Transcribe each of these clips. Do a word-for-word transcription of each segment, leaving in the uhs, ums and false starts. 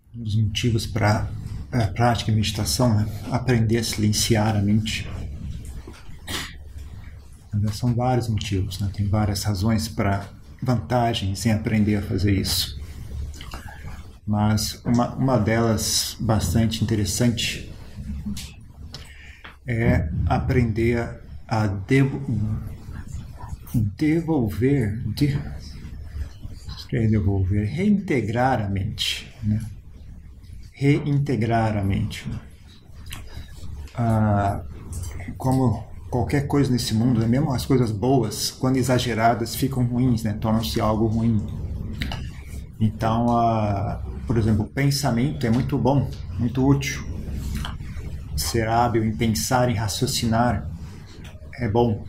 um dos motivos para a prática de meditação é aprender a silenciar a mente. São vários motivos, né? Tem várias razões para vantagens em aprender a fazer isso. Mas uma, uma delas bastante interessante é aprender a, a devo, devolver, de, devolver, reintegrar a mente, né? Reintegrar a mente. Ah, como qualquer coisa nesse mundo, né? Mesmo as coisas boas, quando exageradas, ficam ruins, né? Tornam-se algo ruim. Então, ah, por exemplo, o pensamento é muito bom, muito útil. Ser hábil em pensar, em raciocinar é bom.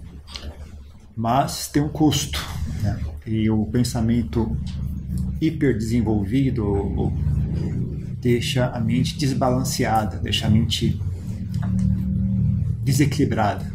Mas tem um custo, né? E o pensamento hiperdesenvolvido ou, deixa a mente desbalanceada, deixa a mente desequilibrada.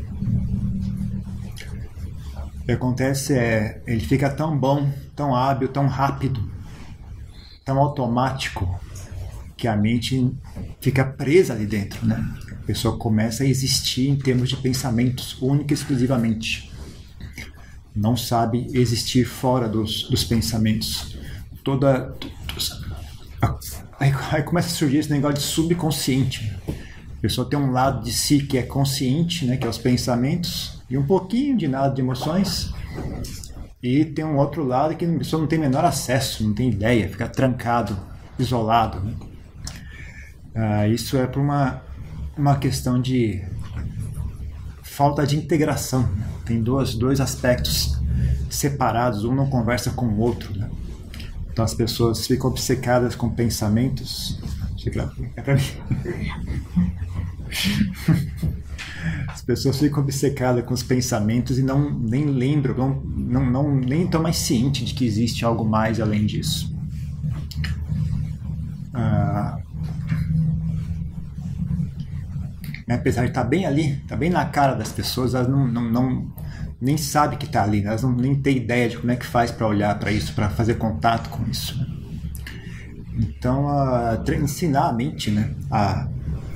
O que acontece é, ele fica tão bom, tão hábil, tão rápido, tão automático, que a mente fica presa ali dentro, né? A pessoa começa a existir em termos de pensamentos, única e exclusivamente. Não sabe existir fora dos, dos pensamentos. Toda... Aí, aí começa a surgir esse negócio de subconsciente. A pessoa tem um lado de si que é consciente, né, que é os pensamentos, e um pouquinho de nada de emoções, e tem um outro lado que a pessoa não tem menor acesso, não tem ideia, fica trancado, isolado, né? Ah, isso é por uma, uma questão de falta de integração. Tem dois, dois aspectos separados, um não conversa com o outro, né? Então as pessoas ficam obcecadas com pensamentos. É pra mim. As pessoas ficam obcecadas com os pensamentos e não nem lembram, não, não, não, nem estão mais cientes de que existe algo mais além disso. Ah, apesar de estar bem ali, estar bem na cara das pessoas, elas não, não, não nem sabem que está ali, elas não nem têm ideia de como é que faz para olhar para isso, para fazer contato com isso, né? Então, a, ensinar a mente, né, a,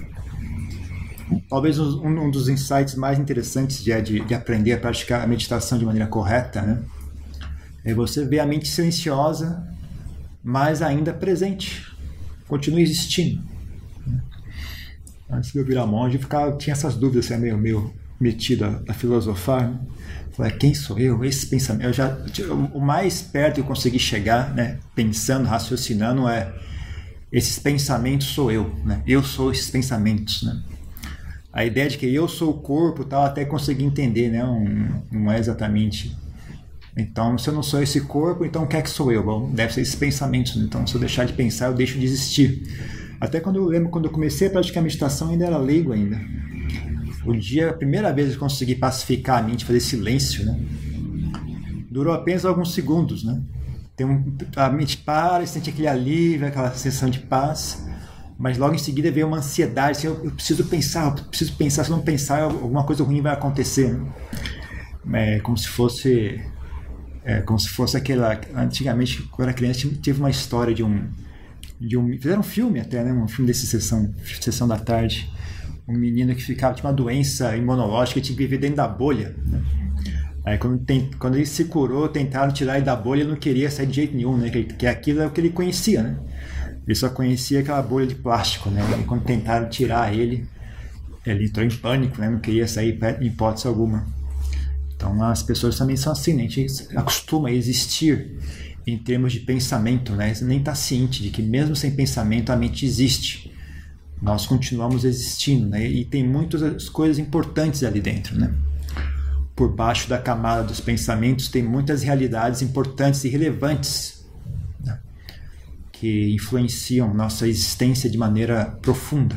talvez um, um dos insights mais interessantes de, de, de aprender a praticar a meditação de maneira correta, né, é você ver a mente silenciosa, mas ainda presente, continua existindo. Antes de eu virar monge, eu ficava, tinha essas dúvidas, assim, meio, meio metido a, a filosofar, né? Falei, quem sou eu? Esse pensamento, eu já, o mais perto que eu consegui chegar, né, pensando, raciocinando, é esses pensamentos sou eu, né? Eu sou esses pensamentos, né? A ideia de que eu sou o corpo, tal, até consegui entender, né? Um, não é exatamente. Então, se eu não sou esse corpo, então o que é que sou eu? Bom, deve ser esses pensamentos. Né? Então, se eu deixar de pensar, eu deixo de existir. Até quando eu lembro, quando eu comecei a praticar meditação, ainda era leigo ainda. O dia, a primeira vez que eu consegui pacificar a mente, fazer silêncio, né? Durou apenas alguns segundos, né? Tem um, a mente para, sente aquele alívio, aquela sensação de paz, mas logo em seguida veio uma ansiedade, assim, eu, eu preciso pensar, eu preciso pensar, se eu não pensar, alguma coisa ruim vai acontecer, né? É como se fosse, é como se fosse aquela, antigamente, quando eu era criança, teve uma história de um, de um fizeram um filme até, né? Um filme desse sessão, sessão da tarde, um menino que ficava, tinha uma doença imunológica e tinha que viver dentro da bolha, né? Aí quando, tem, quando ele se curou, tentaram tirar ele da bolha, ele não queria sair de jeito nenhum, né? Que, que aquilo é o que ele conhecia, né? Ele só conhecia aquela bolha de plástico, né? E quando tentaram tirar ele, ele entrou em pânico, né? Não queria sair em hipótese alguma. Então as pessoas também são assim, né? A gente acostuma a existir em termos de pensamento, né? Você nem está ciente de que mesmo sem pensamento a mente existe. Nós continuamos existindo, né? E tem muitas coisas importantes ali dentro, né? Por baixo da camada dos pensamentos tem muitas realidades importantes e relevantes, né? Que influenciam nossa existência de maneira profunda,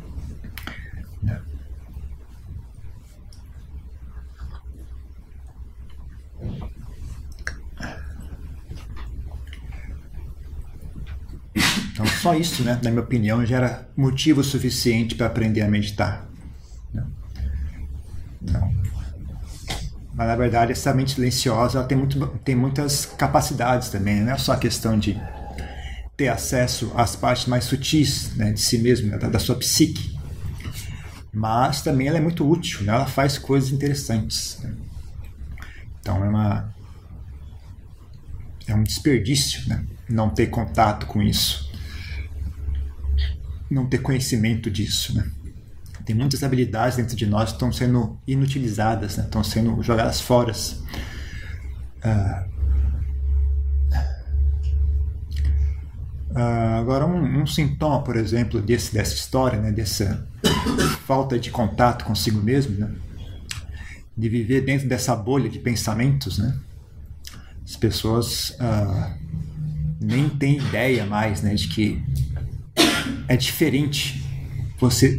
né? Então só isso, né, na minha opinião, já era motivo suficiente para aprender a meditar, né? Então, mas na verdade essa mente silenciosa ela tem, muito, tem muitas capacidades também, não é só a questão de ter acesso às partes mais sutis, né, de si mesmo, né, da, da sua psique. Mas também ela é muito útil, né, ela faz coisas interessantes. Né? Então é uma é um desperdício, né, não ter contato com isso, não ter conhecimento disso, né? Tem muitas habilidades dentro de nós que estão sendo inutilizadas, né? Estão sendo jogadas fora. Ah, ah, agora, um, um sintoma, por exemplo, desse, dessa história, né? Dessa falta de contato consigo mesmo, né? De viver dentro dessa bolha de pensamentos, né? As pessoas ah, nem têm ideia mais, né? De que é diferente você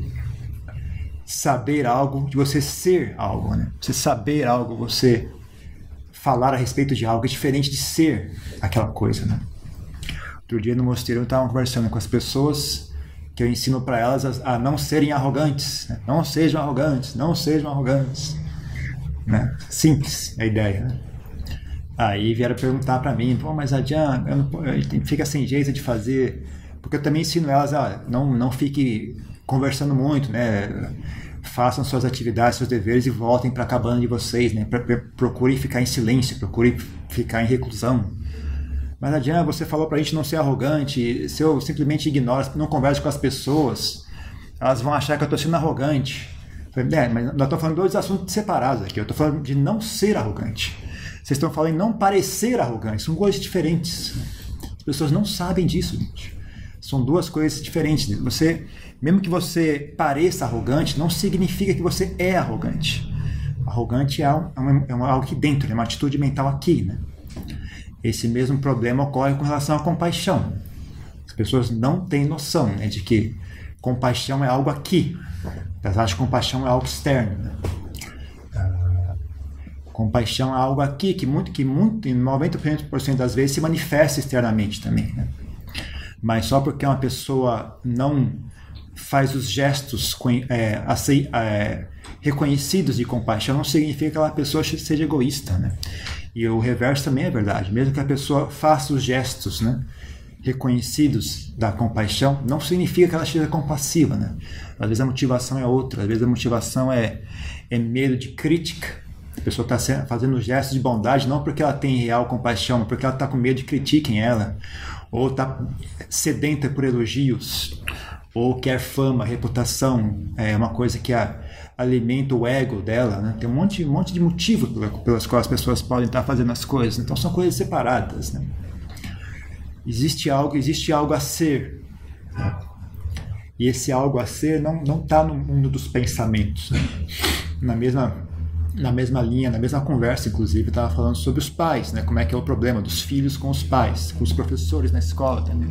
saber algo de você ser algo, né? Você saber algo, você falar a respeito de algo é diferente de ser aquela coisa, né? Outro dia no mosteiro eu estava conversando com as pessoas que eu ensino para elas a, a não serem arrogantes, né? Não sejam arrogantes, não sejam arrogantes, né? Simples a ideia, né? Aí vieram perguntar para mim, pô, mas a Jan, eu não, eu, fica sem jeito de fazer, porque eu também ensino elas a não, não fique conversando muito, né? Façam suas atividades, seus deveres e voltem para a cabana de vocês, né? Procurem ficar em silêncio, procurem ficar em reclusão. Mas Adriana, você falou para a gente não ser arrogante. Se eu simplesmente ignoro, não converso com as pessoas, elas vão achar que eu estou sendo arrogante. Eu falei, é, mas nós estamos falando de dois assuntos separados aqui. Eu estou falando de não ser arrogante. Vocês estão falando em não parecer arrogante. São coisas diferentes. As pessoas não sabem disso, gente. São duas coisas diferentes. Você, mesmo que você pareça arrogante, não significa que você é arrogante. Arrogante é, um, é, um, é algo aqui dentro, é uma atitude mental aqui, né? Esse mesmo problema ocorre com relação à compaixão. As pessoas não têm noção, né, de que compaixão é algo aqui. Elas acham que compaixão é algo externo, né? Uh, compaixão é algo aqui que, muito, que muito, em noventa por cento das vezes se manifesta externamente também, né? Mas só porque uma pessoa não faz os gestos é, assim, é, reconhecidos de compaixão, não significa que aquela pessoa seja egoísta, né? E o reverso também é verdade. Mesmo que a pessoa faça os gestos, né, reconhecidos da compaixão, não significa que ela seja compassiva, né? Às vezes a motivação é outra, às vezes a motivação é, é medo de crítica. A pessoa está fazendo gestos de bondade não porque ela tem real compaixão, mas porque ela está com medo de critiquem ela, ou está sedenta por elogios, ou quer fama, reputação, é uma coisa que a, alimenta o ego dela, né? Tem um monte, um monte de motivos pelas quais as pessoas podem estar fazendo as coisas, então são coisas separadas, né? Existe algo, existe algo a ser, né? E esse algo a ser não não está no mundo dos pensamentos, né? Na mesma na mesma linha, na mesma conversa, inclusive, eu estava falando sobre os pais, né? Como é que é o problema dos filhos com os pais, com os professores na escola também.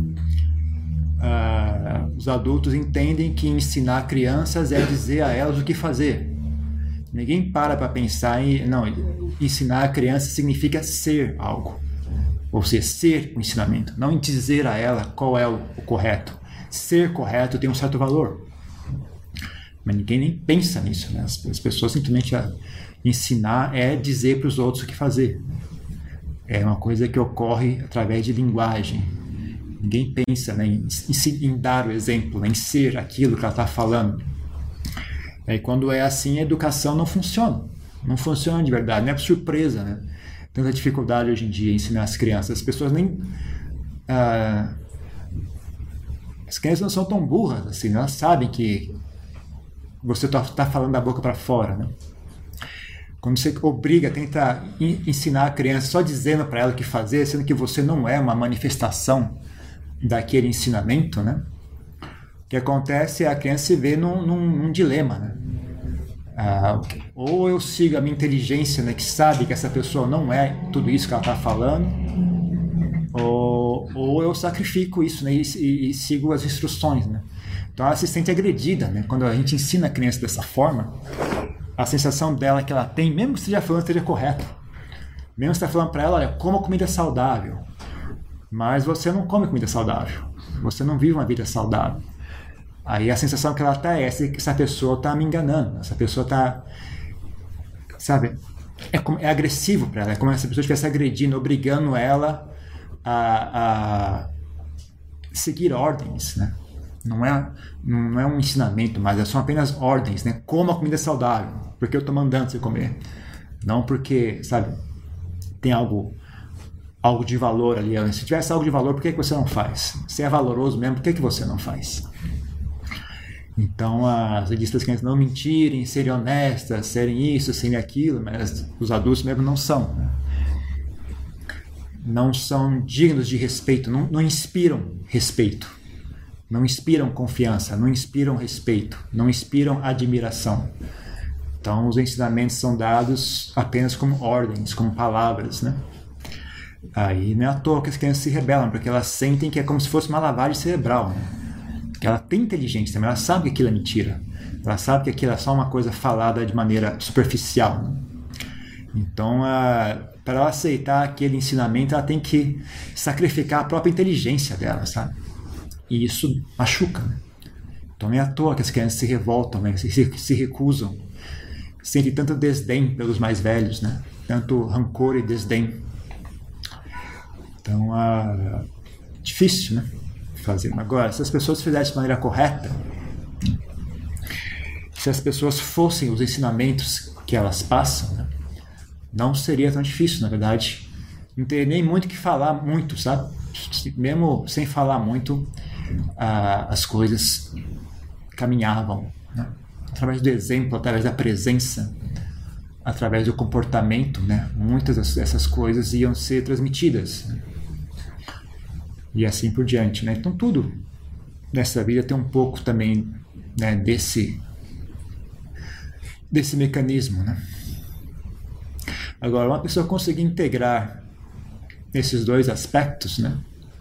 Ah, os adultos entendem que ensinar crianças é dizer a elas o que fazer. Ninguém para para pensar em... Não, ensinar a criança significa ser algo. Ou seja, ser o ensinamento. Não em dizer a ela qual é o, o correto. Ser correto tem um certo valor. Mas ninguém nem pensa nisso, né? As, as pessoas simplesmente a, ensinar é dizer para os outros o que fazer. É uma coisa que ocorre através de linguagem. Ninguém pensa, né, em, em, em dar o exemplo, né, em ser aquilo que ela está falando. E quando é assim, a educação não funciona. Não funciona de verdade, não é por surpresa, né? Tanta dificuldade hoje em dia em ensinar as crianças. As pessoas nem... Ah, as crianças não são tão burras assim, elas sabem que você está tá falando da boca para fora, né? Quando você obriga, tenta ensinar a criança só dizendo para ela o que fazer, sendo que você não é uma manifestação daquele ensinamento, né? O que acontece é a criança se vê num, num, num dilema, né? Ah, ou eu sigo a minha inteligência, né, que sabe que essa pessoa não é tudo isso que ela está falando, ou, ou eu sacrifico isso, né, e, e, e sigo as instruções, né? Então ela se sente agredida, né? Quando a gente ensina a criança dessa forma, a sensação dela que ela tem, mesmo que esteja falando esteja correto, mesmo que você está falando para ela, olha, coma comida saudável, mas você não come comida saudável, você não vive uma vida saudável. Aí a sensação que ela está é essa, que essa pessoa está me enganando, essa pessoa está, sabe, é, como, é agressivo para ela, é como se essa pessoa estivesse agredindo, obrigando ela a, a, seguir ordens, né? Não é, não é um ensinamento, mas são apenas ordens, né? Coma a comida saudável, porque eu estou mandando você comer. Não porque, sabe, tem algo, algo de valor ali. Se tivesse algo de valor, por que, que você não faz? Se é valoroso mesmo, por que, que você não faz? Então, as revistas querem não mentirem, serem honestas, serem isso, serem aquilo, mas os adultos mesmo não são, né? Não são dignos de respeito, não, não inspiram respeito, não inspiram confiança, não inspiram respeito, não inspiram admiração. Então, os ensinamentos são dados apenas como ordens, como palavras, né? Aí não é à toa que as crianças se rebelam, porque elas sentem que é como se fosse uma lavagem cerebral, né? Que ela tem inteligência, mas ela sabe que aquilo é mentira. Ela sabe que aquilo é só uma coisa falada de maneira superficial, né? Então, para ela aceitar aquele ensinamento, ela tem que sacrificar a própria inteligência dela, sabe? E isso machuca, né? Então, não é à toa que as crianças se revoltam, né? se, se, se recusam, sentem tanto desdém pelos mais velhos, né? Tanto rancor e desdém. Então, é difícil, né? Fazer. Agora, se as pessoas fizessem de maneira correta, se as pessoas fossem os ensinamentos que elas passam, né? Não seria tão difícil, na verdade. Não teria nem muito o que falar muito, sabe? Mesmo sem falar muito, ah, as coisas caminhavam, né? Através do exemplo, através da presença, através do comportamento, né? Muitas dessas coisas iam ser transmitidas, né? E assim por diante, né? Então tudo nessa vida tem um pouco também, né, desse, desse mecanismo, né? Agora, uma pessoa conseguir integrar esses dois aspectos, né,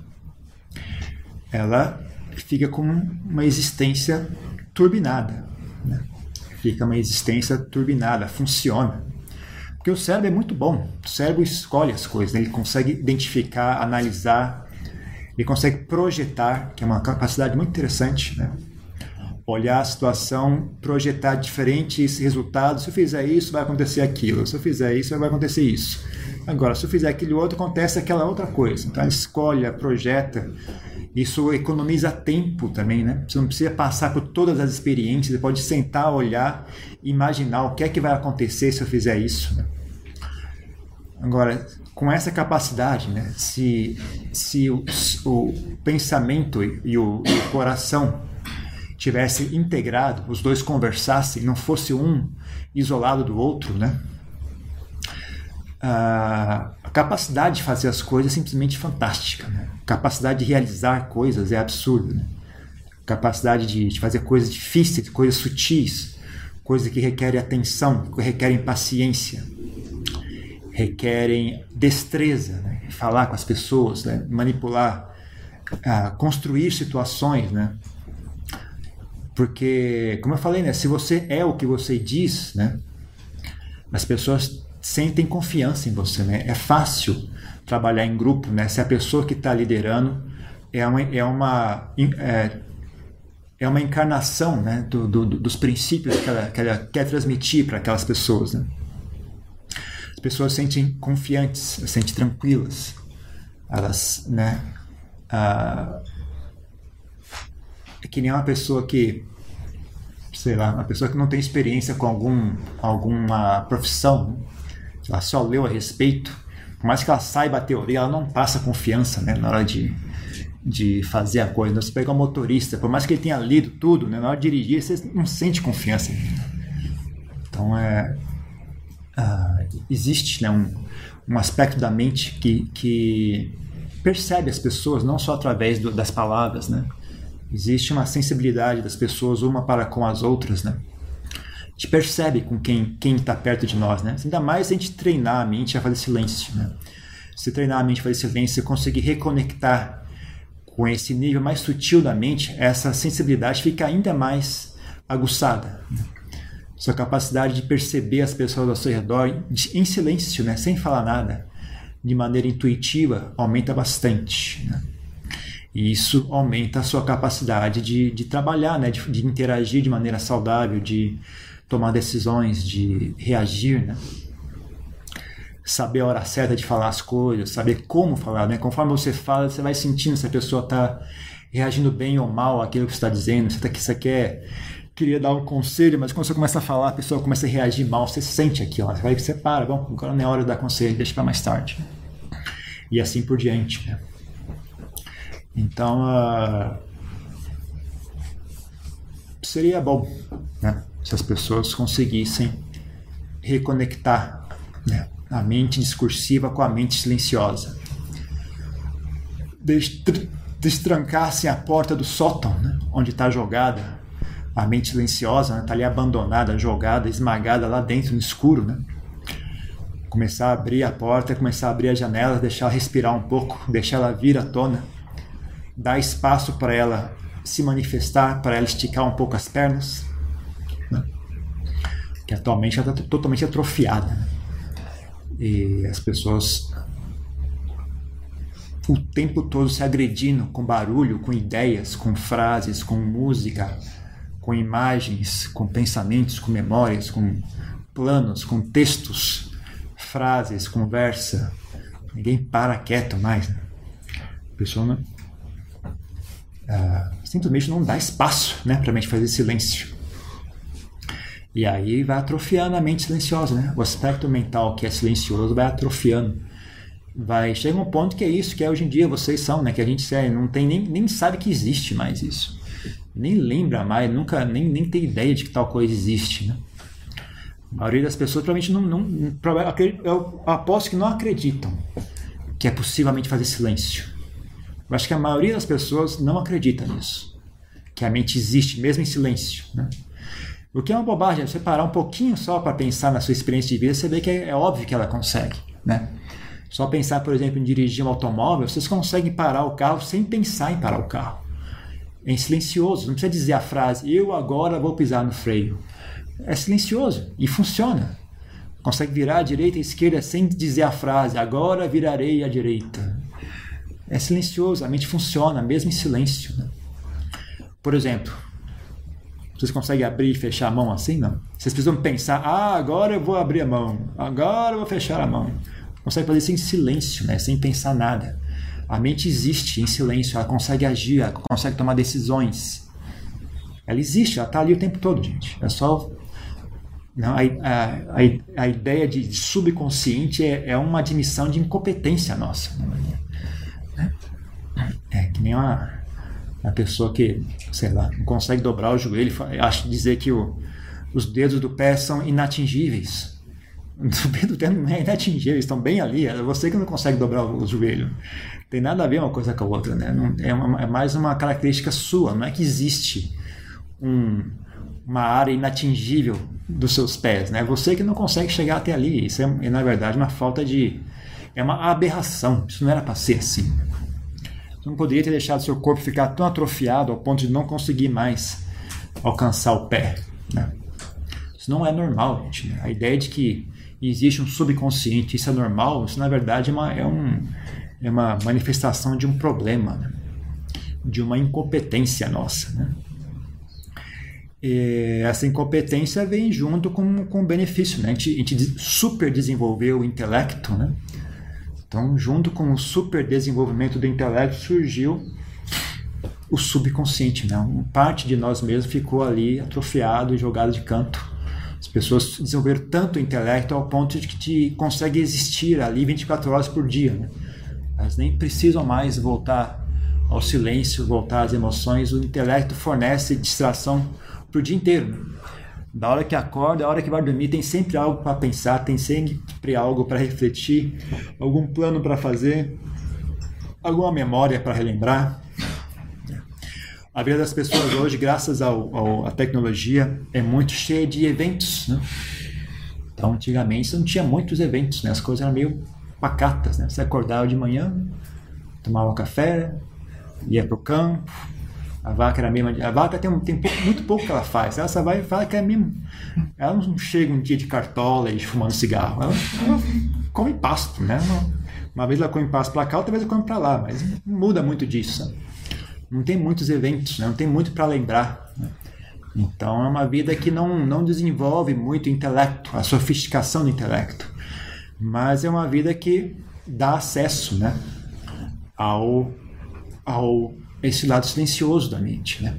ela fica com uma existência turbinada, né? Fica uma existência turbinada, funciona. Porque o cérebro é muito bom, o cérebro escolhe as coisas, né? Ele consegue identificar, analisar, ele consegue projetar, que é uma capacidade muito interessante, né? Olhar a situação, projetar diferentes resultados. Se eu fizer isso, vai acontecer aquilo. Se eu fizer isso, vai acontecer isso. Agora, se eu fizer aquele outro, acontece aquela outra coisa. Então, escolhe, projeta. Isso economiza tempo também, né? Você não precisa passar por todas as experiências. Você pode sentar, olhar, imaginar o que é que vai acontecer se eu fizer isso, né? Agora, com essa capacidade, né? Se, se o, o pensamento e o, o coração tivesse integrado, os dois conversassem, não fosse um isolado do outro, né? A capacidade de fazer as coisas é simplesmente fantástica, né? A capacidade de realizar coisas é absurda, né? A capacidade de, de fazer coisas difíceis, coisas sutis, coisas que requerem atenção, que requerem paciência, requerem destreza, né? Falar com as pessoas, né? Manipular, uh, construir situações, né? Porque, como eu falei, né, se você é o que você diz, né, as pessoas sentem confiança em você, né? É fácil trabalhar em grupo, né? Se a pessoa que está liderando é uma, é, uma, é, é uma encarnação, né, do, do, dos princípios que ela, que ela quer transmitir para aquelas pessoas, né? As pessoas se sentem confiantes, se sentem tranquilas. Elas, né, ah, é que nem uma pessoa que, sei lá, uma pessoa que não tem experiência com algum, alguma profissão, ela só leu a respeito, por mais que ela saiba a teoria, ela não passa confiança, né, na hora de, de fazer a coisa. Você pega um motorista, por mais que ele tenha lido tudo, né, na hora de dirigir, você não sente confiança. Então, é, uh, existe, né, um, um aspecto da mente que, que percebe as pessoas, não só através do, das palavras, né? Existe uma sensibilidade das pessoas uma para com as outras, né? A gente percebe com quem quem está perto de nós, né? Ainda mais se a gente treinar a mente a fazer silêncio, né? Se treinar a mente a fazer silêncio, você conseguir reconectar com esse nível mais sutil da mente, essa sensibilidade fica ainda mais aguçada, né? Sua capacidade de perceber as pessoas ao seu redor de, em silêncio, né? Sem falar nada, de maneira intuitiva, aumenta bastante, né? E isso aumenta a sua capacidade de, de trabalhar, né? de, de interagir de maneira saudável, de tomar decisões, de reagir, né? Saber a hora certa de falar as coisas, saber como falar, né? Conforme você fala, você vai sentindo se a pessoa está reagindo bem ou mal àquilo que você está dizendo. Você, tá, você quer, queria dar um conselho, mas quando você começa a falar, a pessoa começa a reagir mal, você sente aquilo. Aí você para, bom, agora não é hora de dar conselho, deixa para mais tarde. E assim por diante. Né? Então, uh, seria bom, né, se as pessoas conseguissem reconectar, né, a mente discursiva com a mente silenciosa. Destrancassem a porta do sótão, né, onde está jogada a mente silenciosa, está, né, ali abandonada, jogada, esmagada lá dentro no escuro. Né? Começar a abrir a porta, começar a abrir a janela, deixar ela respirar um pouco, deixar ela vir à tona, dar espaço para ela se manifestar, para ela esticar um pouco as pernas, né? Que atualmente ela está totalmente atrofiada. Né? E as pessoas o tempo todo se agredindo com barulho, com ideias, com frases, com música, com imagens, com pensamentos, com memórias, com planos, com textos, frases, conversa. Ninguém para quieto mais. Né? A pessoa não, ah, simplesmente não dá espaço, né, para a mente fazer silêncio. E aí vai atrofiando a mente silenciosa, né? O aspecto mental que é silencioso vai atrofiando. Vai, chega um ponto que é isso, que é hoje em dia vocês são, né? Que a gente sério, não tem, nem, nem sabe que existe mais isso. Nem lembra mais, nunca, nem, nem tem ideia de que tal coisa existe, né? A maioria das pessoas provavelmente não, não, eu aposto que não acreditam que é possivelmente fazer silêncio. Eu acho que a maioria das pessoas não acredita nisso, que a mente existe mesmo em silêncio, né? O que é uma bobagem, você parar um pouquinho só para pensar na sua experiência de vida, você vê que é, é óbvio que ela consegue, né? Só pensar, por exemplo, em dirigir um automóvel, vocês conseguem parar o carro sem pensar em parar o carro. É silencioso, não precisa dizer a frase, eu agora vou pisar no freio. É silencioso e funciona. Consegue virar à direita e à esquerda sem dizer a frase, agora virarei à direita. É silencioso, a mente funciona, mesmo em silêncio. Né? Por exemplo, vocês conseguem abrir e fechar a mão assim? Não. Vocês precisam pensar, ah, agora eu vou abrir a mão, agora eu vou fechar a mão. Consegue fazer isso em silêncio, né? Sem pensar nada. A mente existe em silêncio, ela consegue agir, ela consegue tomar decisões. Ela existe, ela está ali o tempo todo, gente. É só... Não, a, a, a, a ideia de subconsciente é, é uma admissão de incompetência nossa. Né? É que nem uma, uma pessoa que, sei lá, não consegue dobrar o joelho, acha dizer que o, os dedos do pé são inatingíveis. Os dedos do pé não é inatingível, estão bem ali. É você que não consegue dobrar o joelho. Tem nada a ver uma coisa com a outra, né? Não, é, uma, é mais uma característica sua. Não é que existe um, uma área inatingível dos seus pés, né? É você que não consegue chegar até ali. Isso é, na verdade, uma falta de... É uma aberração. Isso não era para ser assim. Você não poderia ter deixado seu corpo ficar tão atrofiado ao ponto de não conseguir mais alcançar o pé, né? Isso não é normal, gente. Né? A ideia de que existe um subconsciente, isso é normal, isso na verdade é uma, é um, é uma manifestação de um problema, né? De uma incompetência nossa. Né? E essa incompetência vem junto com, com o benefício. Né? A gente, a gente super desenvolveu o intelecto, né? Então, junto com o super desenvolvimento do intelecto, surgiu o subconsciente. Né? Uma parte de nós mesmos ficou ali atrofiado e jogado de canto. As pessoas desenvolveram tanto o intelecto ao ponto de que te consegue existir ali vinte e quatro horas por dia. Né? Elas nem precisam mais voltar ao silêncio, voltar às emoções. O intelecto fornece distração para o dia inteiro. Né? Da hora que acorda, da hora que vai dormir, tem sempre algo para pensar, tem sempre algo para refletir, algum plano para fazer, alguma memória para relembrar. A vida das pessoas hoje, graças ao, ao, à tecnologia, é muito cheia de eventos. Né? Então, antigamente, não tinha muitos eventos, né? As coisas eram meio pacatas. Né? Você acordava de manhã, tomava um café, ia para o campo. A vaca era a mesma. A vaca tem, tem pouco, muito pouco que ela faz. Ela só vai e fala que é mesmo. Ela não chega um dia de cartola e fumando cigarro. Ela, ela come pasto. Né? Uma, uma vez ela come pasto para cá, outra vez ela come para lá. Mas não muda muito disso. Sabe? Não tem muitos eventos, né? Não tem muito para lembrar. Né? Então é uma vida que não, não desenvolve muito o intelecto, a sofisticação do intelecto. Mas é uma vida que dá acesso, né? ao, ao esse lado silencioso da mente, né?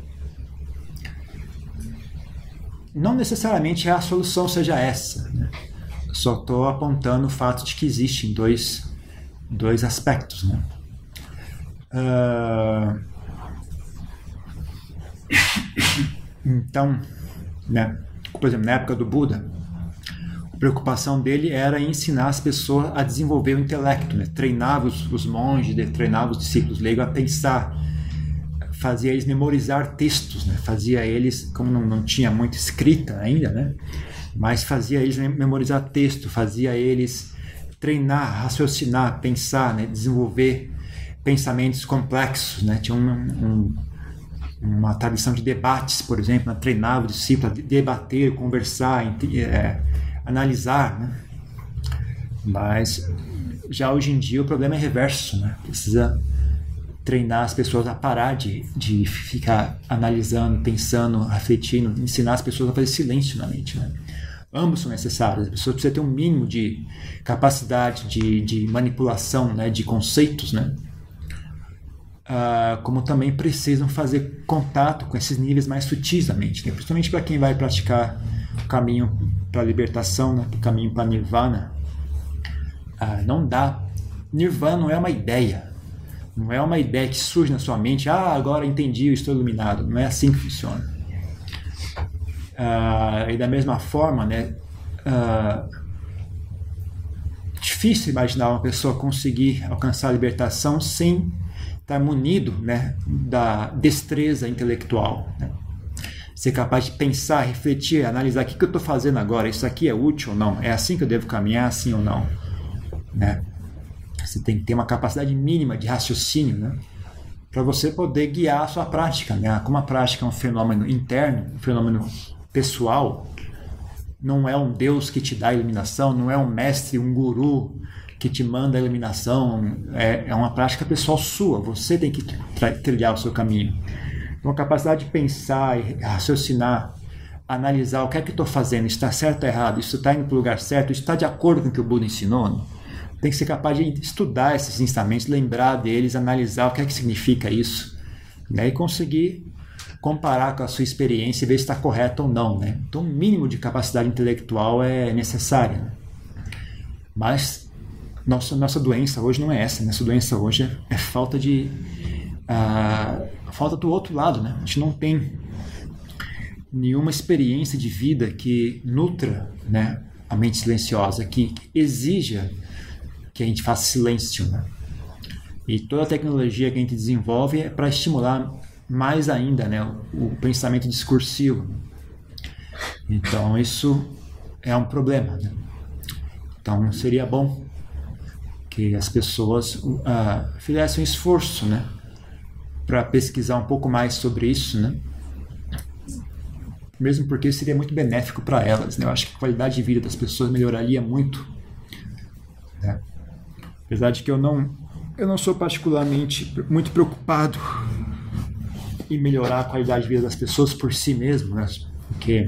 Não necessariamente a solução seja essa, né? Só estou apontando o fato de que existem dois, dois aspectos, né? Uh, então, né, por exemplo, na época do Buda, a preocupação dele era ensinar as pessoas a desenvolver o intelecto, né? Treinava os, os monges, treinava os discípulos leigos a pensar, fazia eles memorizar textos, né? Fazia eles, como não, não tinha muita escrita ainda, né? Mas fazia eles memorizar texto, fazia eles treinar, raciocinar, pensar, né? Desenvolver pensamentos complexos, né? Tinha um, um, uma tradição de debates, por exemplo, né? Treinava o discípulo a debater, conversar, é, analisar, né? Mas já hoje em dia o problema é reverso, né? Precisa treinar as pessoas a parar de, de ficar analisando, pensando, refletindo, ensinar as pessoas a fazer silêncio na mente, né? Ambos são necessários. As pessoas precisam ter um mínimo de capacidade de, de manipulação, né, de conceitos, né? Ah, como também precisam fazer contato com esses níveis mais sutis da mente, né? Principalmente para quem vai praticar o caminho para a libertação, né? O caminho para Nirvana. Ah, não dá. Nirvana não é uma ideia. Não é uma ideia que surge na sua mente, ah, agora entendi, eu estou iluminado. Não é assim que funciona. Uh, e da mesma forma, né, uh, difícil imaginar uma pessoa conseguir alcançar a libertação sem estar munido, né, da destreza intelectual, né? Ser capaz de pensar, refletir, analisar o que, que eu estou fazendo agora, isso aqui é útil ou não, é assim que eu devo caminhar, assim ou não, né? Você tem que ter uma capacidade mínima de raciocínio, né, para você poder guiar a sua prática, né? Como a prática é um fenômeno interno, um fenômeno pessoal, não é um Deus que te dá a iluminação, não é um mestre, um guru que te manda a iluminação, é, é uma prática pessoal sua, você tem que trilhar o seu caminho. Então a capacidade de pensar e raciocinar, analisar o que é que eu estou fazendo, isso está certo ou errado, isso está indo para o lugar certo, isso está de acordo com o que o Buda ensinou, não? Tem que ser capaz de estudar esses ensinamentos, lembrar deles, analisar o que é que significa isso, né? E conseguir comparar com a sua experiência e ver se está correto ou não, né? Então, um mínimo de capacidade intelectual é necessário, né? Mas nossa, nossa doença hoje não é essa. Nossa doença hoje é, é falta de uh, falta do outro lado, né? A gente não tem nenhuma experiência de vida que nutra, né, a mente silenciosa, que exija que a gente faça silêncio, né? E toda a tecnologia que a gente desenvolve é para estimular mais ainda, né, o, o pensamento discursivo. Então isso é um problema, né? Então seria bom que as pessoas uh, fizessem um esforço, né, para pesquisar um pouco mais sobre isso, né? Mesmo porque seria muito benéfico para elas, né? Eu acho que a qualidade de vida das pessoas melhoraria muito, né? Apesar de que eu não, eu não sou particularmente muito preocupado em melhorar a qualidade de vida das pessoas por si mesmo, né? Porque,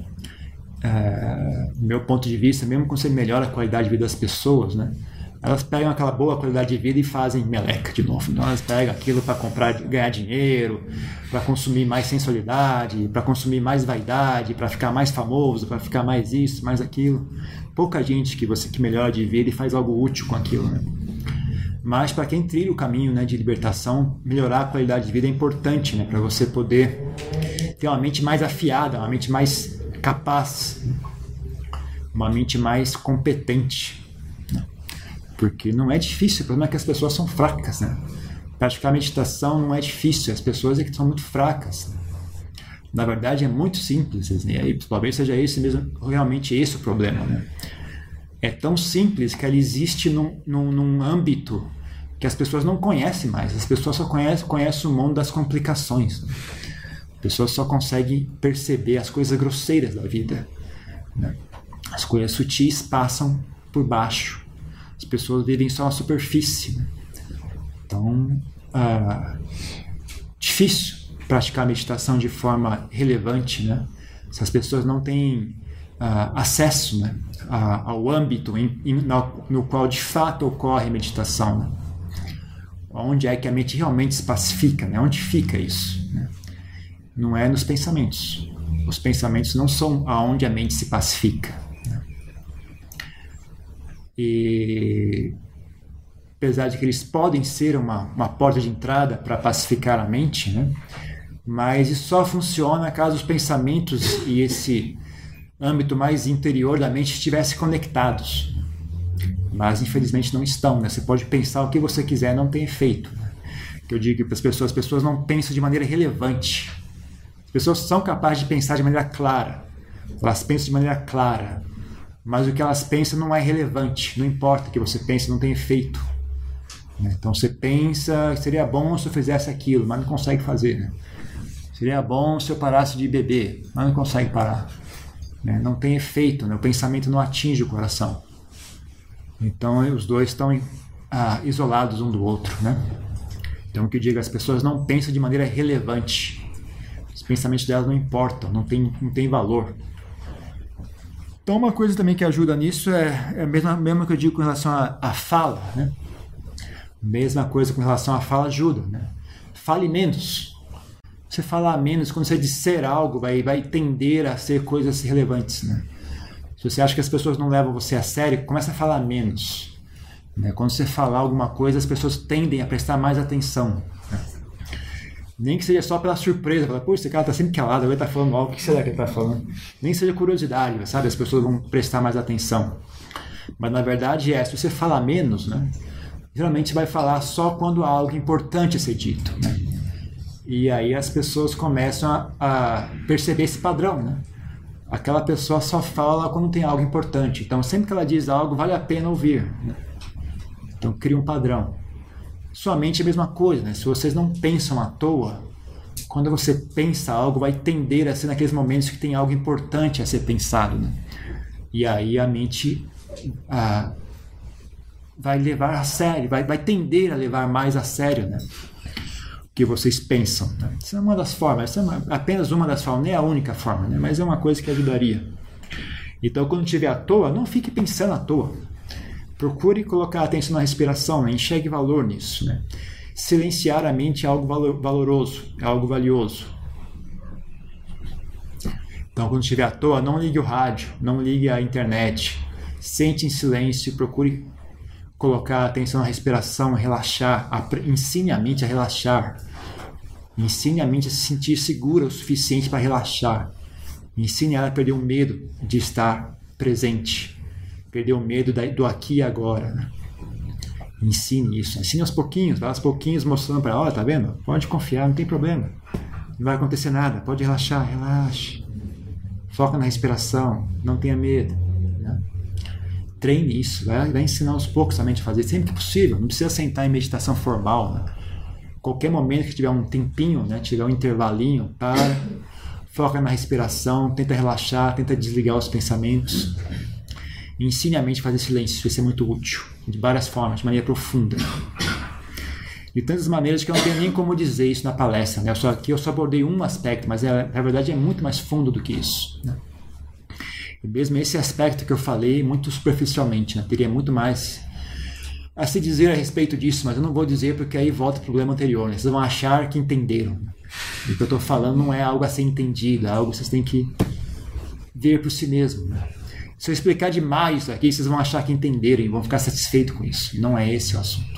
é, do meu ponto de vista, mesmo quando você melhora a qualidade de vida das pessoas, né, elas pegam aquela boa qualidade de vida e fazem meleca de novo. Então elas pegam aquilo para comprar, ganhar dinheiro, para consumir mais sensualidade, para consumir mais vaidade, para ficar mais famoso, para ficar mais isso, mais aquilo. Pouca gente que você que melhora de vida e faz algo útil com aquilo, né? Mas para quem trilha o caminho, né, de libertação, melhorar a qualidade de vida é importante, né, para você poder ter uma mente mais afiada, uma mente mais capaz, uma mente mais competente, né? Porque não é difícil, o problema é que as pessoas são fracas, né? Praticar meditação não é difícil, as pessoas é que são muito fracas. Na verdade é muito simples, né? E talvez seja esse mesmo, realmente esse o problema, né? É tão simples que ela existe num, num, num âmbito que as pessoas não conhecem mais. As pessoas só conhecem, conhecem o mundo das complicações, né? As pessoas só conseguem perceber as coisas grosseiras da vida, né? As coisas sutis passam por baixo. As pessoas vivem só na superfície, né? Então, ah, difícil praticar meditação de forma relevante, né, se as pessoas não têm uh, acesso, né, a, ao âmbito em, em, no, no qual de fato ocorre a meditação, né? onde é que a mente realmente se pacifica, né? Onde fica isso, né? Não é nos pensamentos. Os pensamentos não são aonde a mente se pacifica, né? E apesar de que eles podem ser uma, uma porta de entrada para pacificar a mente, né? Mas isso só funciona caso os pensamentos e esse âmbito mais interior da mente estivessem conectados. Mas infelizmente não estão, né? Você pode pensar o que você quiser, não tem efeito, né? Que eu digo para as pessoas, as pessoas não pensam de maneira relevante. As pessoas são capazes de pensar de maneira clara. Elas pensam de maneira clara. Mas o que elas pensam não é relevante. Não importa o que você pense, não tem efeito, né? Então você pensa, seria bom se eu fizesse aquilo, mas não consegue fazer, né? Seria bom se eu parasse de beber, mas não consegue parar, né? Não tem efeito, né? O pensamento não atinge o coração. Então os dois estão ah, isolados um do outro, né? Então o que eu digo, as pessoas não pensam de maneira relevante. Os pensamentos delas não importam, não tem, não tem valor. Então uma coisa também que ajuda nisso é, é a mesma, mesma que eu digo com relação à, à fala, né? Mesma coisa com relação à fala ajuda, né? Fale menos. Você falar menos, quando você disser algo, vai, vai tender a ser coisas relevantes, né? Se você acha que as pessoas não levam você a sério, começa a falar menos, né? Quando você falar alguma coisa, as pessoas tendem a prestar mais atenção, né? Nem que seja só pela surpresa, falar, pô, esse cara está sempre calado, ele está falando algo, o que será que ele está falando? Nem seja curiosidade, sabe? As pessoas vão prestar mais atenção. Mas na verdade é, se você falar menos, né? Geralmente você vai falar só quando há algo importante a ser dito, né? E aí as pessoas começam a, a perceber esse padrão, né? Aquela pessoa só fala quando tem algo importante. Então, sempre que ela diz algo, vale a pena ouvir, né? Então, cria um padrão. Sua mente é a mesma coisa, né? Se vocês não pensam à toa, quando você pensa algo, vai tender a ser naqueles momentos que tem algo importante a ser pensado, né? E aí a mente ah, vai levar a sério, vai, vai tender a levar mais a sério, né? Que vocês pensam, né? Isso é uma das formas, essa é uma, apenas uma das formas, nem é a única forma, né? Mas é uma coisa que ajudaria. Então, quando estiver à toa, não fique pensando à toa. Procure colocar atenção na respiração, né? Enxergue valor nisso, né? Silenciar a mente é algo valor, valoroso, é algo valioso. Então, quando estiver à toa, não ligue o rádio, não ligue a internet. Sente em silêncio e procure colocar atenção na respiração, relaxar, ensine a mente a relaxar, ensine a mente a se sentir segura o suficiente para relaxar, ensine ela a perder o medo de estar presente, perder o medo do aqui e agora, né? Ensine isso, ensine aos pouquinhos, vai aos pouquinhos mostrando para ela, olha, tá vendo? Pode confiar, não tem problema, não vai acontecer nada, pode relaxar, relaxe, foca na respiração, não tenha medo, né? Treine isso, vai, vai ensinar aos poucos a mente a fazer, sempre que possível, não precisa sentar em meditação formal, né? Qualquer momento que tiver um tempinho, né, tiver um intervalinho, para, foca na respiração, tenta relaxar, tenta desligar os pensamentos, ensine a mente a fazer silêncio, isso vai ser muito útil, de várias formas, de maneira profunda, de tantas maneiras que eu não tenho nem como dizer isso na palestra, né? Eu só, aqui eu só abordei um aspecto, mas é, na verdade é muito mais fundo do que isso, né? E mesmo esse aspecto que eu falei muito superficialmente, né? Teria muito mais a se dizer a respeito disso, mas eu não vou dizer porque aí volta para o problema anterior, né? Vocês vão achar que entenderam. E o que eu estou falando não é algo a ser entendido, é algo que vocês têm que ver por si mesmo, né? Se eu explicar demais isso aqui, vocês vão achar que entenderam e vão ficar satisfeitos com isso. Não é esse o assunto.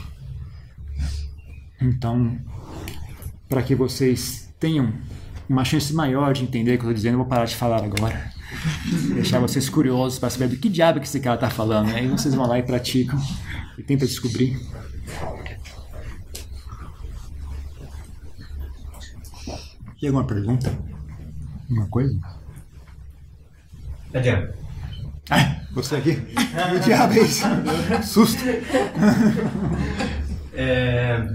Então, para que vocês tenham uma chance maior de entender o que eu estou dizendo, eu vou parar de falar agora. Deixar vocês curiosos para saber do que diabo que esse cara está falando, né? Aí vocês vão lá e praticam e tentam descobrir. Tem alguma pergunta? Alguma coisa? Adiante. Ah, você aqui? Que diabo é isso? Susto! É,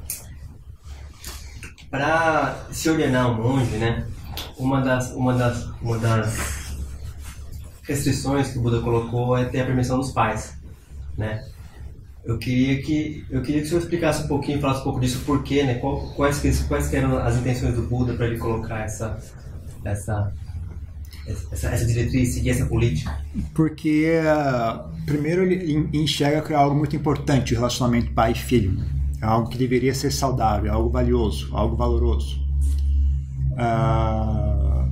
para se ordenar um monge, né? Uma das, uma das, uma das restrições que o Buda colocou é ter a permissão dos pais, né? Eu queria que eu queria que o senhor explicasse um pouquinho, falasse um pouco disso, por quê, né? Quais quais eram as intenções do Buda para ele colocar essa essa essa, essa diretriz, seguir essa política? Porque uh, primeiro ele enxerga que é algo muito importante o relacionamento pai e filho, né? é algo que deveria ser saudável, é algo valioso, algo valoroso. Ah,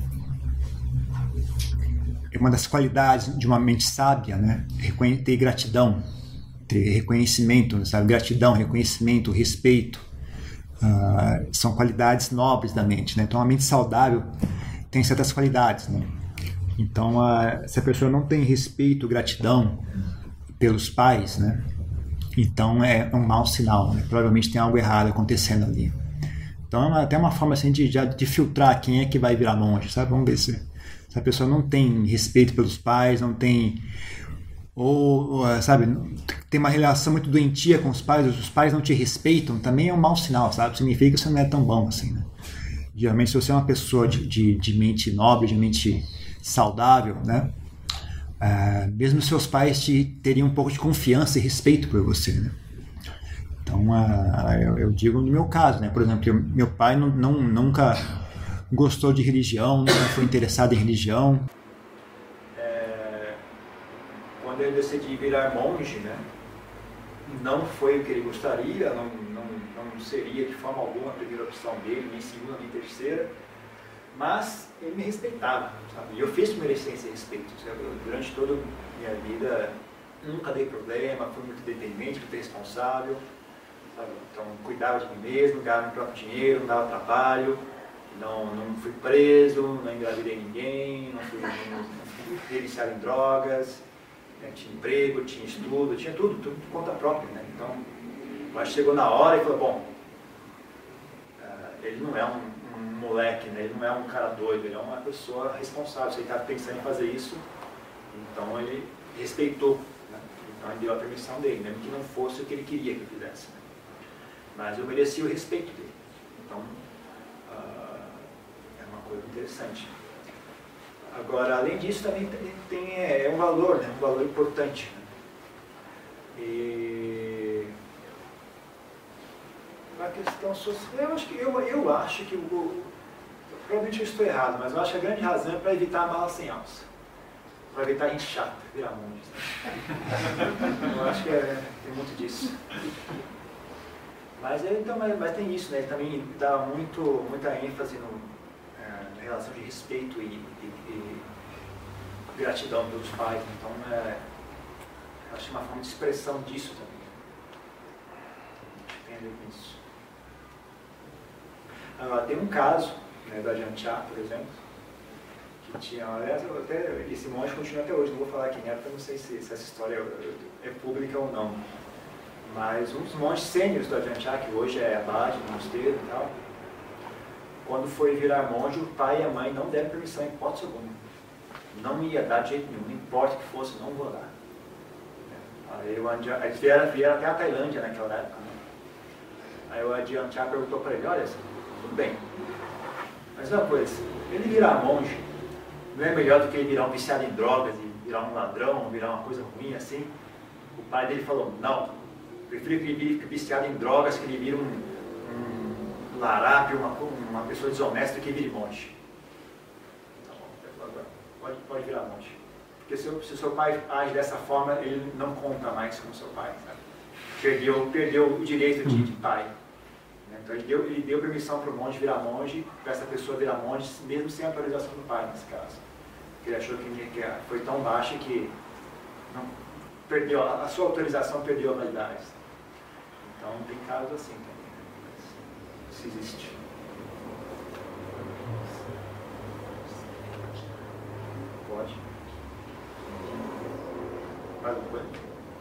uma das qualidades de uma mente sábia, né, é ter gratidão, ter reconhecimento, sabe? Gratidão, reconhecimento, respeito, uh, são qualidades nobres da mente, né? Então a mente saudável tem certas qualidades, né? Então uh, se a pessoa não tem respeito, gratidão pelos pais, né, então é um mau sinal, né? Provavelmente tem algo errado acontecendo ali. Então é uma, até uma forma assim de, de filtrar quem é que vai virar monge, sabe? Vamos ver se, se a pessoa não tem respeito pelos pais, não tem, ou, ou sabe, tem uma relação muito doentia com os pais, os pais não te respeitam, também é um mau sinal, sabe? Significa que você não é tão bom assim, né? Geralmente, se você é uma pessoa de, de, de mente nobre, de mente saudável, né? Uh, mesmo seus pais te teriam um pouco de confiança e respeito por você, né? Então, uh, eu, eu digo no meu caso, né? Por exemplo, eu, meu pai não, não, nunca gostou de religião, nunca foi interessado em religião. É, quando eu decidi virar monge, né? Não foi o que ele gostaria, não, não, não seria de forma alguma a primeira opção dele, nem segunda, nem terceira, mas ele me respeitava, sabe? E eu fiz merecer esse respeito, sabe? Eu, durante toda a minha vida nunca dei problema, fui muito independente, muito responsável, sabe? Então cuidava de mim mesmo, ganhava meu próprio dinheiro, não dava trabalho, não, não fui preso, não engravidei ninguém, não fui, não, não fui viciado em drogas, né? Tinha emprego, tinha estudo, tinha tudo, tudo por conta própria, né? Então, mas chegou na hora e falou, bom, uh, ele não é um, um moleque, né? Ele não é um cara doido, ele é uma pessoa responsável, se ele estava pensando em fazer isso, então ele respeitou, né? Então ele deu a permissão dele, mesmo que não fosse o que ele queria que eu fizesse, né? Mas eu merecia o respeito dele, então uh, é uma coisa interessante. Agora, além disso, também tem, tem é, um valor, né? Um valor importante, né? E a questão social, eu acho que, eu, eu acho que o, provavelmente eu estou errado, mas eu acho que a grande razão é para evitar a mala sem alça, para evitar a gente chata, virar monge. Eu acho que é, tem muito disso. Mas, então, mas, mas tem isso, né? Ele também dá muito, muita ênfase no, é, na relação de respeito e, e, e gratidão pelos pais. Então, é, acho uma forma de expressão disso também. Tem a ver com isso. Agora, tem um caso, né, da Ajahn Chah, por exemplo, que tinha, aliás, até, esse monge continua até hoje, não vou falar quem era, porque eu não sei se, se essa história é, é pública ou não. Mas um dos monges sêniores do Ajahn Chah, que hoje é abade no mosteiro e tal, quando foi virar monge, o pai e a mãe não deram permissão em hipótese alguma. Não ia dar de jeito nenhum, não importa o que fosse, não vou dar. Aí o Ajahn, eles vieram, vieram até a Tailândia naquela época, né? Aí o Ajahn Chah perguntou para ele, olha, tudo bem, mas uma coisa, ele virar monge, não é melhor do que ele virar um viciado em drogas e virar um ladrão, virar uma coisa ruim assim? O pai dele falou, não, prefiro que ele fique viciado em drogas, que ele vire um, um larápio, uma, uma pessoa desonesta, que vire monge. Tá bom, ele falou, agora, pode, pode virar monge. Porque se o seu pai age dessa forma, ele não conta mais como seu pai, sabe? Perdeu, perdeu o direito de, de pai. Então ele deu, ele deu permissão para o monge virar monge, para essa pessoa virar monge, mesmo sem autorização do pai, nesse caso. Porque ele achou que, que foi tão baixa que não, perdeu, a sua autorização perdeu a validade. Então tem casos assim também, né? Isso existe. Pode. Mais uma coisa?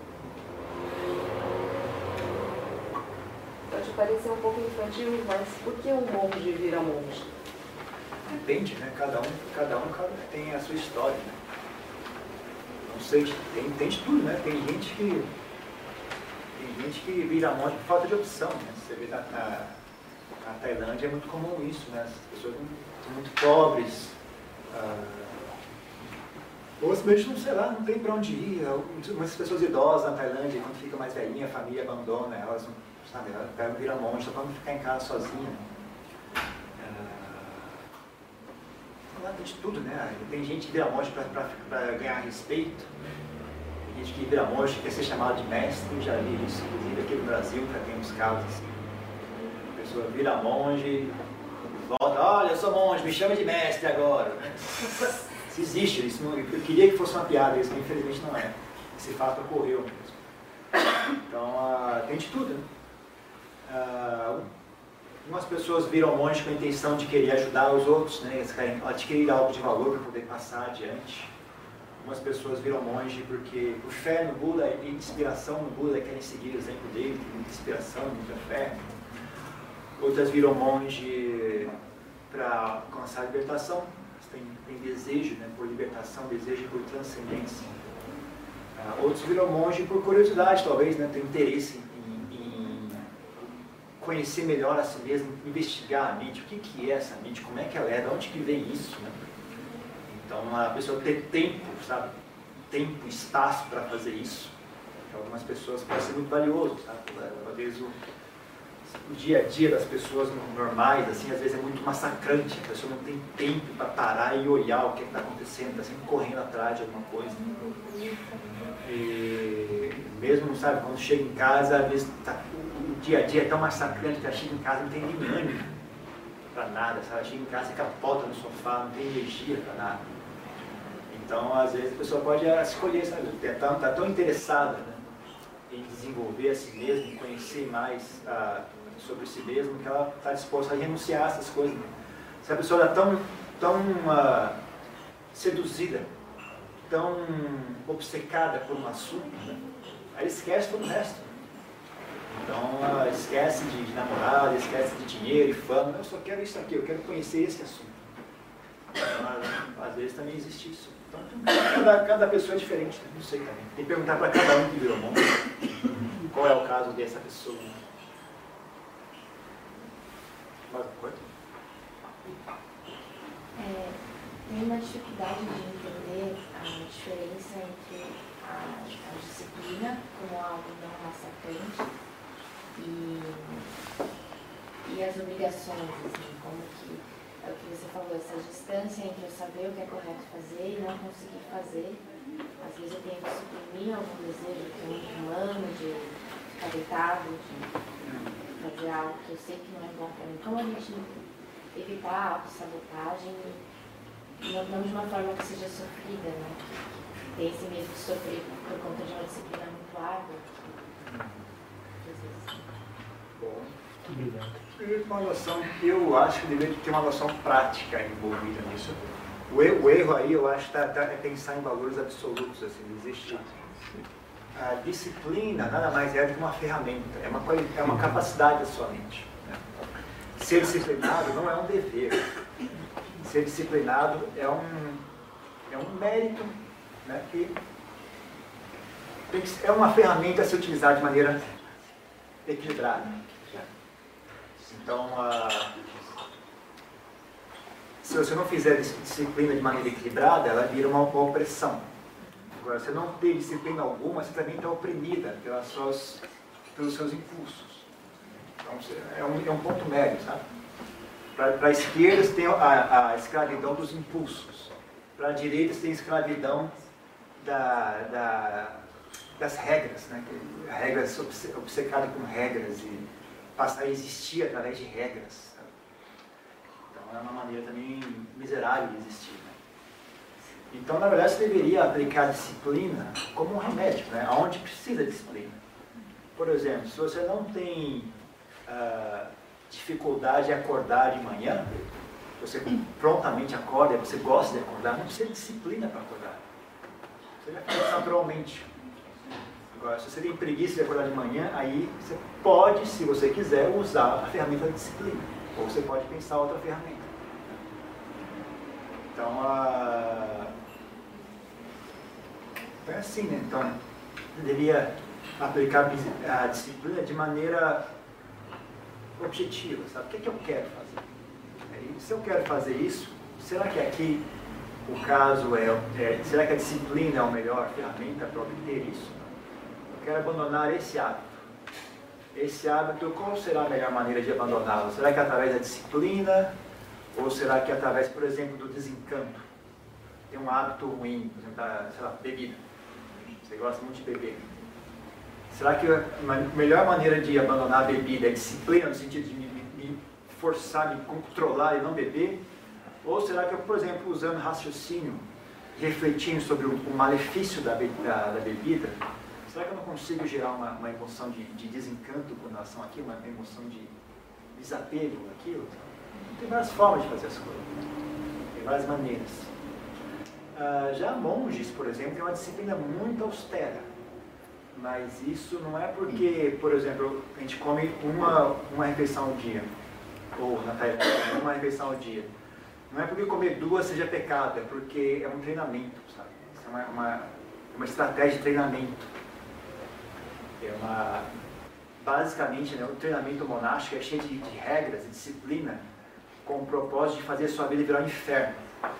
Pode parecer um pouco infantil, mas por que um monge vira monge? Depende, né? Cada um, cada um cada, tem a sua história, né? Não sei, tem, tem de tudo, né? Tem gente que tem gente que vira monge por falta de opção, né? Você vê na, na, na Tailândia é muito comum isso, né? As pessoas são muito pobres, ah, ou simplesmente, não sei lá, não tem para onde ir. Muitas pessoas idosas na Tailândia, quando fica mais velhinha, a família abandona, elas não, sabe, elas pegam e viram monge só para não ficar em casa sozinha. Tem de tudo, né? Tem gente que vira monge para ganhar respeito, gente que vira monge, quer ser chamado de mestre, eu já vi isso, inclusive aqui no Brasil, já tem uns casos assim. A pessoa vira monge, volta, olha, eu sou monge, me chama de mestre agora. Isso existe, isso não, eu queria que fosse uma piada, isso infelizmente não é. Esse fato ocorreu mesmo. Então, uh, tem de tudo, né? Uh, Algumas pessoas viram monge com a intenção de querer ajudar os outros, né? Eles querem adquirir algo de valor para poder passar adiante. Algumas pessoas viram monge porque por fé no Buda e inspiração no Buda, querem seguir o exemplo dele, tem muita inspiração, muita fé. Outras viram monge para alcançar a libertação, têm, têm desejo, né, por libertação, desejo por transcendência. Uh, outros viram monge por curiosidade, talvez, né, tem interesse conhecer melhor a si mesmo, investigar a mente, o que, que é essa mente, como é que ela é, de onde que vem isso, né? Então, a pessoa ter tempo, sabe? Tempo, espaço para fazer isso. Para algumas pessoas pode ser muito valioso, sabe? Às vezes o, o dia a dia das pessoas normais, assim, às vezes é muito massacrante, a pessoa não tem tempo para parar e olhar o que está acontecendo, está sempre correndo atrás de alguma coisa. E mesmo, sabe, quando chega em casa, às vezes tá, o dia a dia é tão massacrante que ela chega em casa e não tem nem ânimo para nada, sabe? Ela chega em casa e capota no sofá, não tem energia para nada. Então, às vezes, a pessoa pode escolher, sabe? Está tá tão interessada, né, em desenvolver a si mesma, em conhecer mais ah, sobre si mesma, que ela está disposta a renunciar a essas coisas. Né? Se a pessoa está tão, tão ah, seduzida, tão obcecada por um assunto, né, aí esquece todo o resto. Então, ela esquece de, de namorada, esquece de dinheiro e fama. Eu só quero isso aqui, eu quero conhecer esse assunto. Então, às vezes também existe isso. Então, cada, cada pessoa é diferente, né? Não sei também. Tem que perguntar para cada um que virou monge qual é o caso dessa pessoa. Mais uma coisa? É, tem uma dificuldade de entender a diferença entre a, a disciplina como algo não massacrante e, e as obrigações, assim, como que é o que você falou, essa distância entre eu saber o que é correto fazer e não conseguir fazer. Às vezes eu tenho que suprimir algum desejo que é muito humano, de ficar deitado, de fazer algo que eu sei que não é bom para mim. Como a gente evitar a autossabotagem, não, não de uma forma que seja sofrida, né? Tem esse medo de sofrer por conta de uma disciplina muito árdua. Bom, obrigado. Uma noção, eu acho que deveria ter uma noção prática envolvida nisso. O erro, o erro aí, eu acho, tá, tá, é pensar em valores absolutos. Assim, existe a disciplina, nada mais é do que uma ferramenta, é uma, é uma capacidade da sua mente. Né? Ser disciplinado não é um dever. Ser disciplinado é um, é um mérito, né, que tem que, é uma ferramenta a se utilizar de maneira equilibrada. Então, ah, se você não fizer disciplina de maneira equilibrada, ela vira uma, uma opressão. Agora, se não tem disciplina alguma, você também está oprimida pelas suas, pelos seus impulsos. Então, é um, é um ponto médio, sabe? Para a esquerda, você tem a, a escravidão dos impulsos. Para a direita, você tem a escravidão da, da, das regras, né? Regras obcecada com regras e passar a existir através de regras. Sabe? Então, é uma maneira também miserável de existir. Né? Então, na verdade, você deveria aplicar a disciplina como um remédio, né? Onde precisa de disciplina. Por exemplo, se você não tem uh, dificuldade em acordar de manhã, você prontamente acorda, você gosta de acordar, não precisa de disciplina para acordar. Você vai fazer naturalmente. Agora, se você tem preguiça de acordar de manhã, aí você pode, se você quiser, usar a ferramenta da disciplina. Ou você pode pensar outra ferramenta. Então, a... é assim, né? Então, eu deveria aplicar a disciplina de maneira objetiva, sabe? O que é que eu quero fazer? E se eu quero fazer isso, será que aqui o caso é, é será que a disciplina é a melhor ferramenta para obter isso? Eu quero abandonar esse hábito. Esse hábito, qual será a melhor maneira de abandoná-lo? Será que é através da disciplina? Ou será que é através, por exemplo, do desencanto? Tem um hábito ruim, por exemplo, da, sei lá, bebida. Você gosta muito de beber. Será que a melhor maneira de abandonar a bebida é disciplina, no sentido de me, me forçar, me controlar e não beber? Ou será que eu, por exemplo, usando raciocínio, refletindo sobre o, o malefício da, be, da, da bebida, será que eu não consigo gerar uma, uma emoção de, de desencanto com relação àquilo, uma emoção de desapego àquilo? Tem várias formas de fazer as coisas, tem várias maneiras. Ah, já monges, por exemplo, têm uma disciplina muito austera, mas isso não é porque, por exemplo, a gente come uma, uma refeição ao dia, ou na Tailândia, uma refeição ao dia. Não é porque comer duas seja pecado, é porque é um treinamento, sabe? Isso é uma, uma, uma estratégia de treinamento. É uma, basicamente, né, o treinamento monástico é cheio de, de regras e disciplina com o propósito de fazer a sua vida virar um inferno.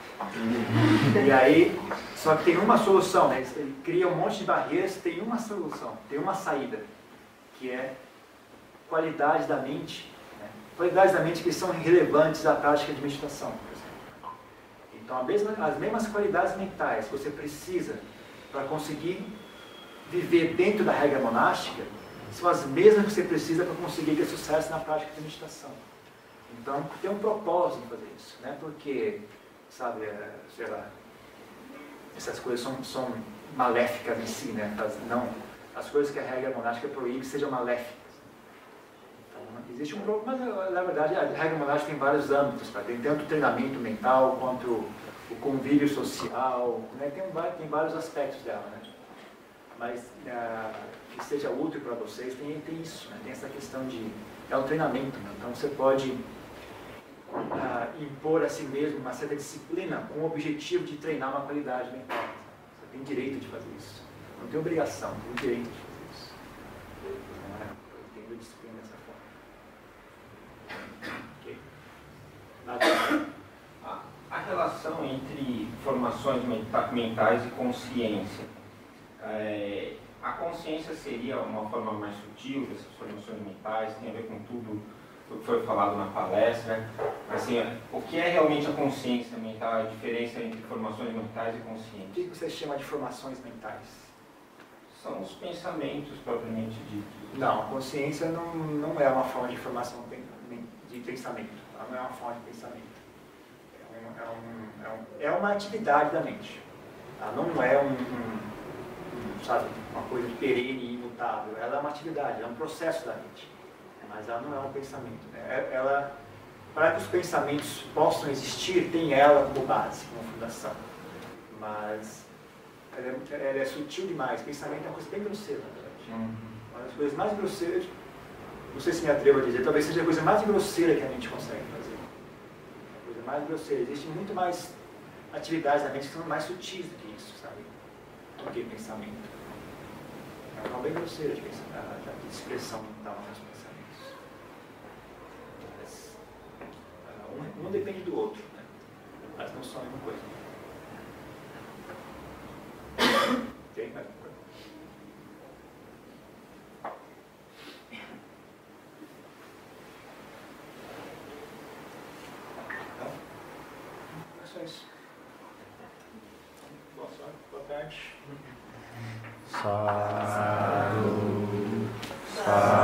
E aí, só que tem uma solução, né? Ele cria um monte de barreiras, tem uma solução, tem uma saída, que é qualidade da mente, né? Qualidades da mente que são relevantes à prática de meditação, por exemplo. Então, a mesma, as mesmas qualidades mentais que você precisa para conseguir viver dentro da regra monástica são as mesmas que você precisa para conseguir ter sucesso na prática de meditação. Então, tem um propósito em fazer isso, né? Porque, sabe, é, sei lá, essas coisas são, são maléficas em si, né? As, não, as coisas que a regra monástica proíbe sejam maléficas. Então, existe um problema, mas na verdade a regra monástica tem vários âmbitos, tá? Tem tanto o treinamento mental quanto o convívio social, né? Tem, tem vários aspectos dela, né? Mas uh, que seja útil para vocês, tem, tem isso, né? Tem essa questão de... é um treinamento, né? Então você pode uh, impor a si mesmo uma certa disciplina com o objetivo de treinar uma qualidade mental. Você tem direito de fazer isso. Não tem obrigação, tem direito de fazer isso. Então, é, eu entendo a disciplina dessa forma. Ok? Nada. A, a relação entre formações menta mentais e consciência. É, a consciência seria uma forma mais sutil dessas formações mentais, tem a ver com tudo o que foi falado na palestra. Assim, o que é realmente a consciência mental, a diferença entre formações mentais e consciência? O que você chama de formações mentais? São os pensamentos propriamente ditos. Não, a consciência não, não é uma forma de formação de pensamento. Ela não é uma forma de pensamento. É, um, é, um, é, um, é uma atividade da mente. Ela não é um... um sabe, uma coisa perene e imutável. Ela é uma atividade, é um processo da mente, mas ela não é um pensamento, né? Ela, para que os pensamentos possam existir, tem ela como base, como fundação, mas ela é, ela é sutil demais. Pensamento é uma coisa bem grosseira, na verdade. Uhum. Uma das coisas mais grosseiras, não sei se me atrevo a dizer, talvez seja a coisa mais grosseira que a mente consegue fazer. A coisa mais grosseira. Existem muito mais atividades da mente que são mais sutis do que isso, sabe? Do que pensamento. É uma forma bem grosseira de, pensar, de expressão mental nos pensamentos. Mas, um, um depende do outro, né? Mas não são a mesma coisa. Tem mais uma coisa? Não? É só isso. Boa sorte, boa tarde. Sadhu, sadhu.